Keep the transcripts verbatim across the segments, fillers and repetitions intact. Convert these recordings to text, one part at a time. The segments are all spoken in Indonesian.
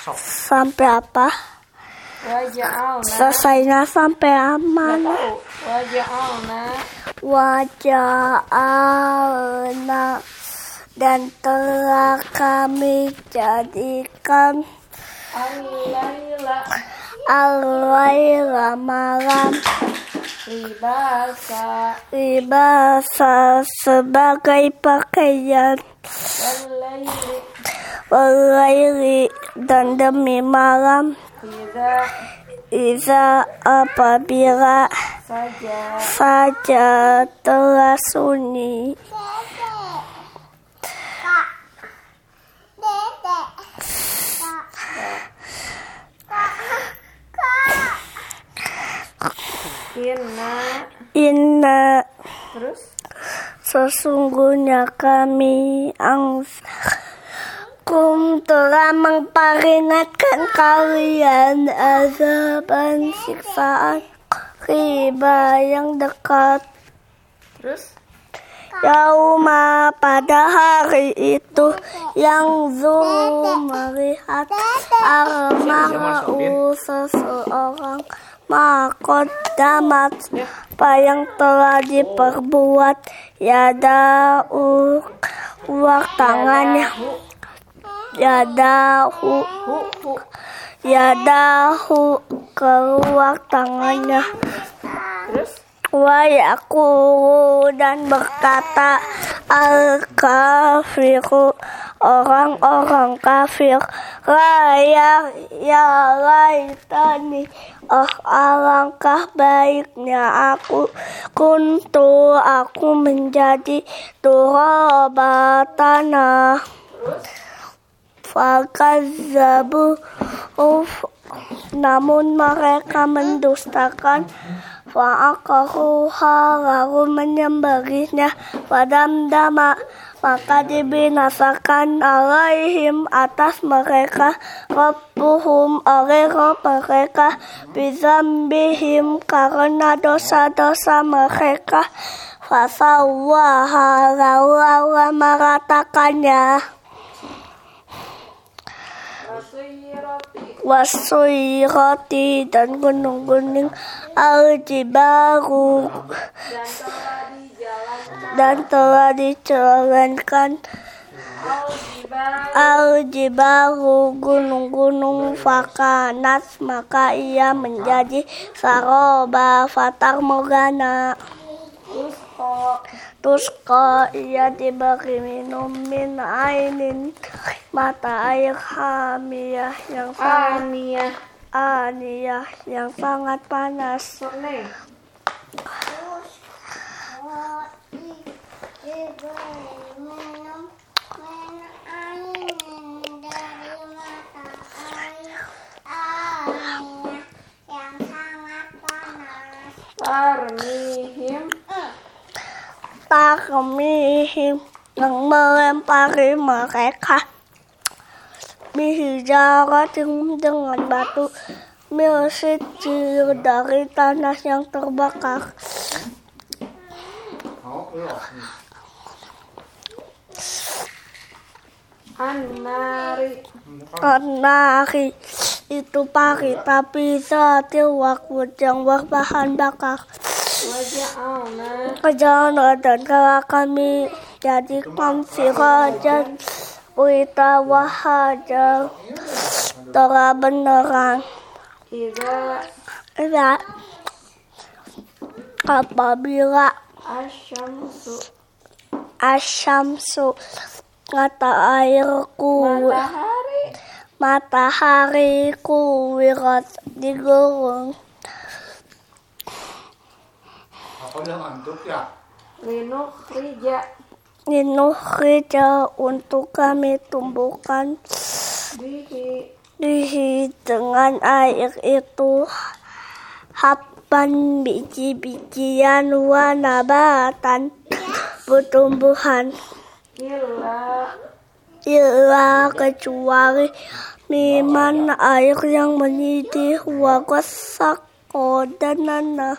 Sampai apa? Waja'alna. Selesainya sampai aman. Waja'alna. Waja'alna. Dan telah kami jadikan Al-laila. Al-laila malam. Libasa. Libasa sebagai pakaian. Wal-laili. Wal-laili dan demi malam. Iza. Iza apabila Saja. saja telah sunyi. Inna. Inna. Terus? Sesungguhnya kami angkum telah memperingatkan kalian azaban siksaan riba yang dekat. Terus? Yauma pada hari itu yang zum melihat al-mar'u seseorang makot damat apa yang telah diperbuat yada'u uak tangannya yada'u yada'u keluar tangannya. Terus? Wa yaqulu dan berkata al-kafiru orang-orang kafir raya ya laitani oh alangkah baiknya aku kuntu aku menjadi turaba tanah. Fakazzabu namun mereka mendustakan. Fa'aqaruha lalu menyembelihnya fadamdama maka dibinasakan alaihim atas mereka rabbuhum oleh Rabb mereka bizambihim karena dosa-dosa mereka fasawwaha lalu Allah meratakannya. Wasuyirati dan gunung-gunung al-jibaru dan telah dijalankan al-jibaru gunung-gunung fakanat maka ia menjadi saroba fatar morgana. Tusqa ia diberi minum min ainin mata air hamiyah yang sangat aniyah yang sangat panas. Tarmihim. Tarmihim yang melempari mereka bihijaratin dengan batu milsijir dari tanah yang terbakar. An-nari. An-nari itu pari tapi zatil waqud yang berbahan bakar. Waja'alna. Waja'alna dan telah kami jadikan sirajan berita wahaja telah beneran. Iza. Iza apabila Asyamsu. asyamsu mata airku Matahari. matahariku wirat digulung. Apa yang antuk ya? Linukhrija. Linukhrija untuk kami tumbuhkan Bihi. dihi dengan air itu habban biji-bijian wa nabatan pertumbuhan Illa. illa kecuali miman air yang mendidih wa qasaqo dan nanah.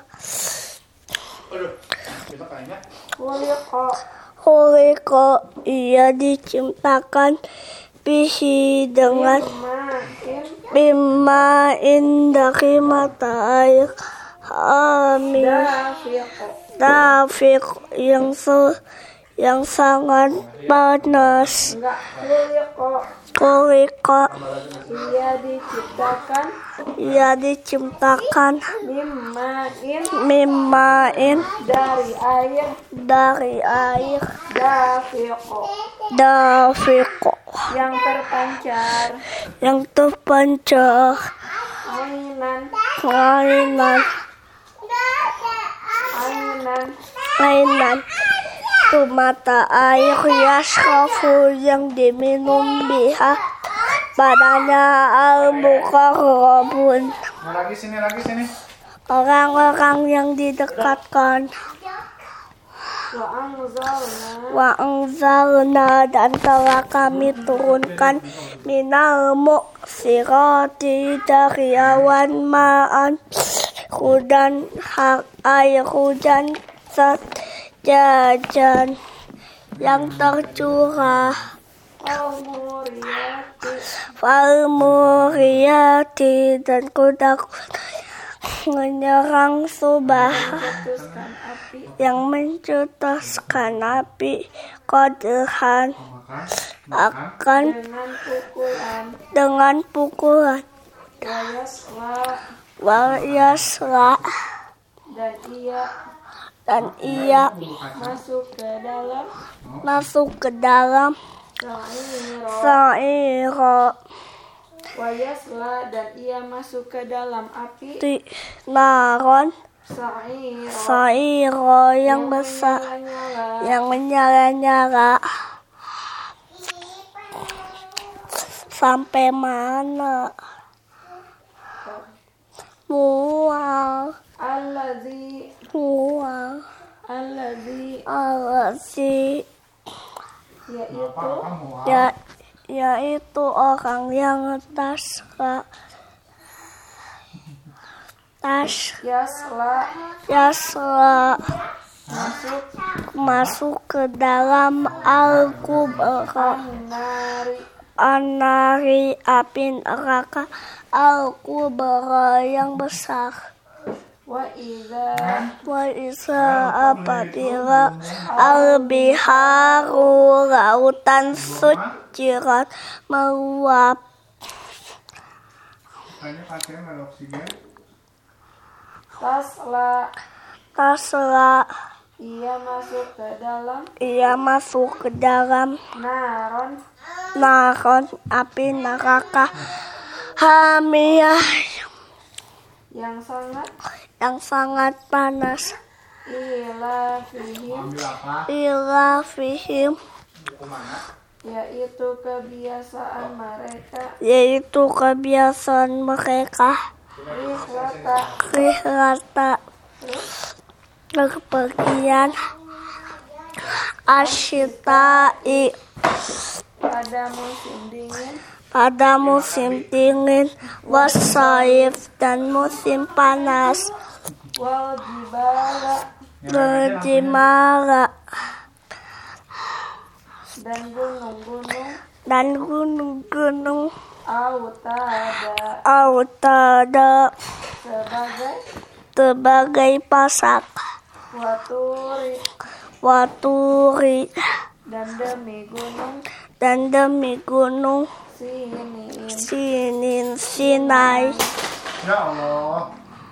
Khuliqa. Khuliqa ia diciptakan bihi dengan Mimma. Bima'in dari mata air amin dafiq dafiq yang se yang sangat panas. enggak khuliqa Kulika ia diciptakan ia diciptakan mimma'in mimain dari air dari air dafiq dafiq yang terpancar yang terpancar ainan ainan ainan ainan itu mata air yashrafu yang diminum biha padanya al-muqarrabun Nah, lagi sini, lagi sini. orang-orang yang didekatkan. wa anzalna Wa anzalna dan telah kami turunkan minal mu'sirati dari awan ma'an hudan hak air hujan sejajan yang tercurah al-muriyati fal muriyati dan kuda-kuda menyerang subah mencetuskan api yang mencetuskan api kodehan akan dengan pukulan dengan pukulan wayasla wayasla dan ia dan ia masuk ke dalam masuk ke dalam sa'iro sa'iro wayasla dan ia masuk ke dalam api di naron sa'iro sa'iro yang besar menyala-nyala yang menyala-nyala sampai mana mual alladzi mual alladzi alasi yaitu ya yaitu orang yang tas tas yasla yasla masuk masuk ke dalam al-kubra nari anari api neraka al-kubra yang besar. wa idza Wa isa apabila al-biharu lautan sucirat meluap Kayaknya pasien nggak ada oksigen. tasla tasla ia masuk ke dalam ia masuk ke dalam naron naron api neraka hamiyah yang sangat yang sangat panas ila fihim Ambil apa? ila fihim Kemana? yaitu kebiasaan mereka yaitu kebiasaan mereka rihlata rihlata berpergian asyita'i pada musim dingin pada musim dingin wasaif dan musim panas wal jibala berjimara dan gunung-gunung dan gunung-gunung autada autada sebagai sebagai pasak waturi waturi dan demi gunung dan demi gunung sinin sinin sinai Ya Allah.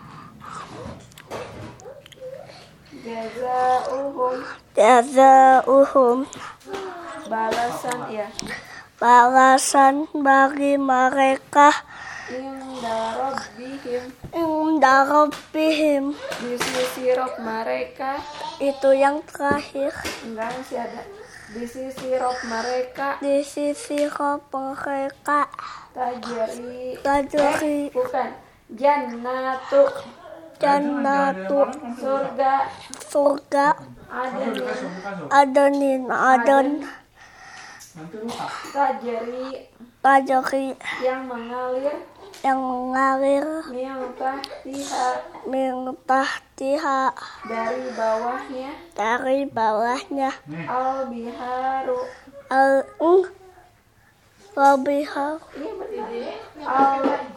jazauhum jazauhum balasan ya balasan bagi mereka inda rabbihim inda rabbihim di sisi Rob mereka itu yang terakhir enggak masih ada di sisi Rob mereka di sisi Rabb mereka tajri tajri bukan jannatu jannatu surga surga ada adonin adon Nanti lupa. tajri tajri yang mengalir yang mengalir miangkah tiha min tahtiha dari bawahnya dari bawahnya al biharu al ung Rabihar al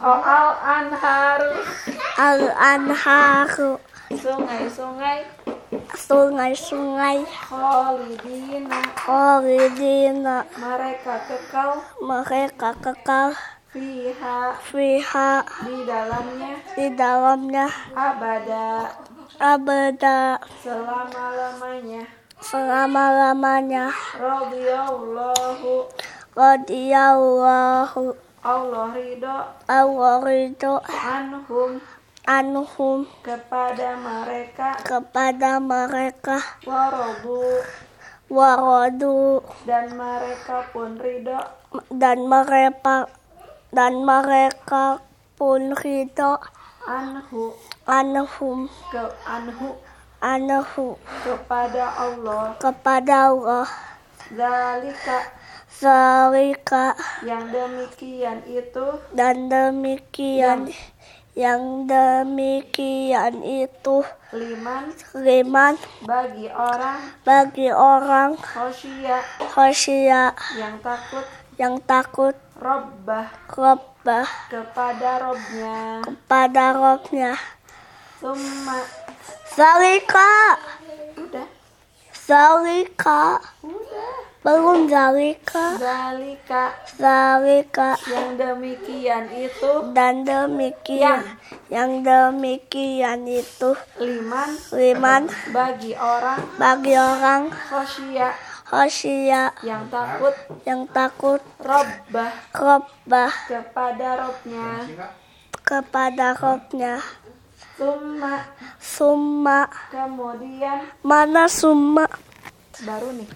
Oh, al anharu. Al anharu. Sungai-sungai. Sungai-sungai. Kholidina. Kholidina. Mereka kekal. Mereka kekal. Fiha. Fiha. Di dalamnya. Di dalamnya. Abada. Abada. Selama-lamanya. Selama-lamanya. Radhiyallahu. Radhiyallahu. Allah ridho. Allah ridho. Anhum. Anhum. Kepada mereka. Kepada mereka. Waradu. Waradu. Dan mereka pun ridho. Dan mereka dan mereka pun ridho. Anhu. Anhum. Ke anhu. Anhu. Kepada Allah. Kepada Allah. Zalika. Zalika. Yang demikian itu. Dan demikian. Yang demikian itu. Liman. Liman. Bagi orang. Bagi orang. Khosya. Khosya. Yang takut. Yang takut. Rabbah. Rabbah. Kepada Robnya. Kepada Robnya. Summa. Zalika. Udah. Zalika. Udah. Belum zalika. Zalika. Zalika. Yang demikian itu. Dan demikian. Yang demikian itu. Liman. Liman. Bagi orang. Bagi orang. Khosya. Khosya. Yang takut. Yang takut. Rabbah. Rabbah. Kepada Robnya. Kepada Robnya. Summa. Summa. Kemudian. Mana summa? Baru nih.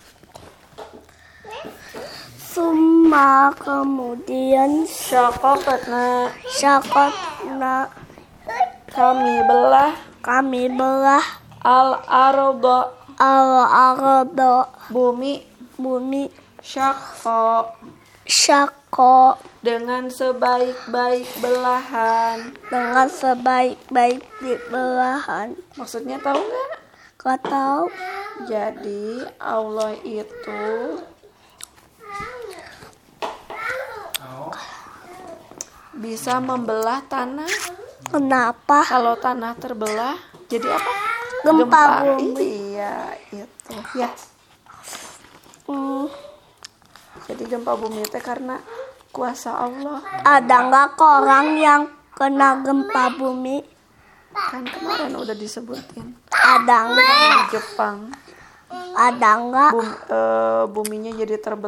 Summa kemudian. Syaqaqna. Syaqaqna. Kami belah. Kami belah. Al-arda. Al-arda. Bumi. Bumi. Syaqqa. Syaqqa. Dengan sebaik-baik belahan. Dengan sebaik-baik di belahan. Maksudnya tahu nggak? Gak tahu. Jadi Allah itu bisa membelah tanah. Kenapa? Kalau tanah terbelah, jadi apa? Gempa bumi. Iya, itu. Ya. Hmm, Jadi gempa bumi itu karena kuasa Allah. ada nggak orang yang kena gempa bumi? Kan kemarin udah disebutin. Ada nggak? Di Jepang, Ada nggak? bum, eh, buminya jadi terbelah.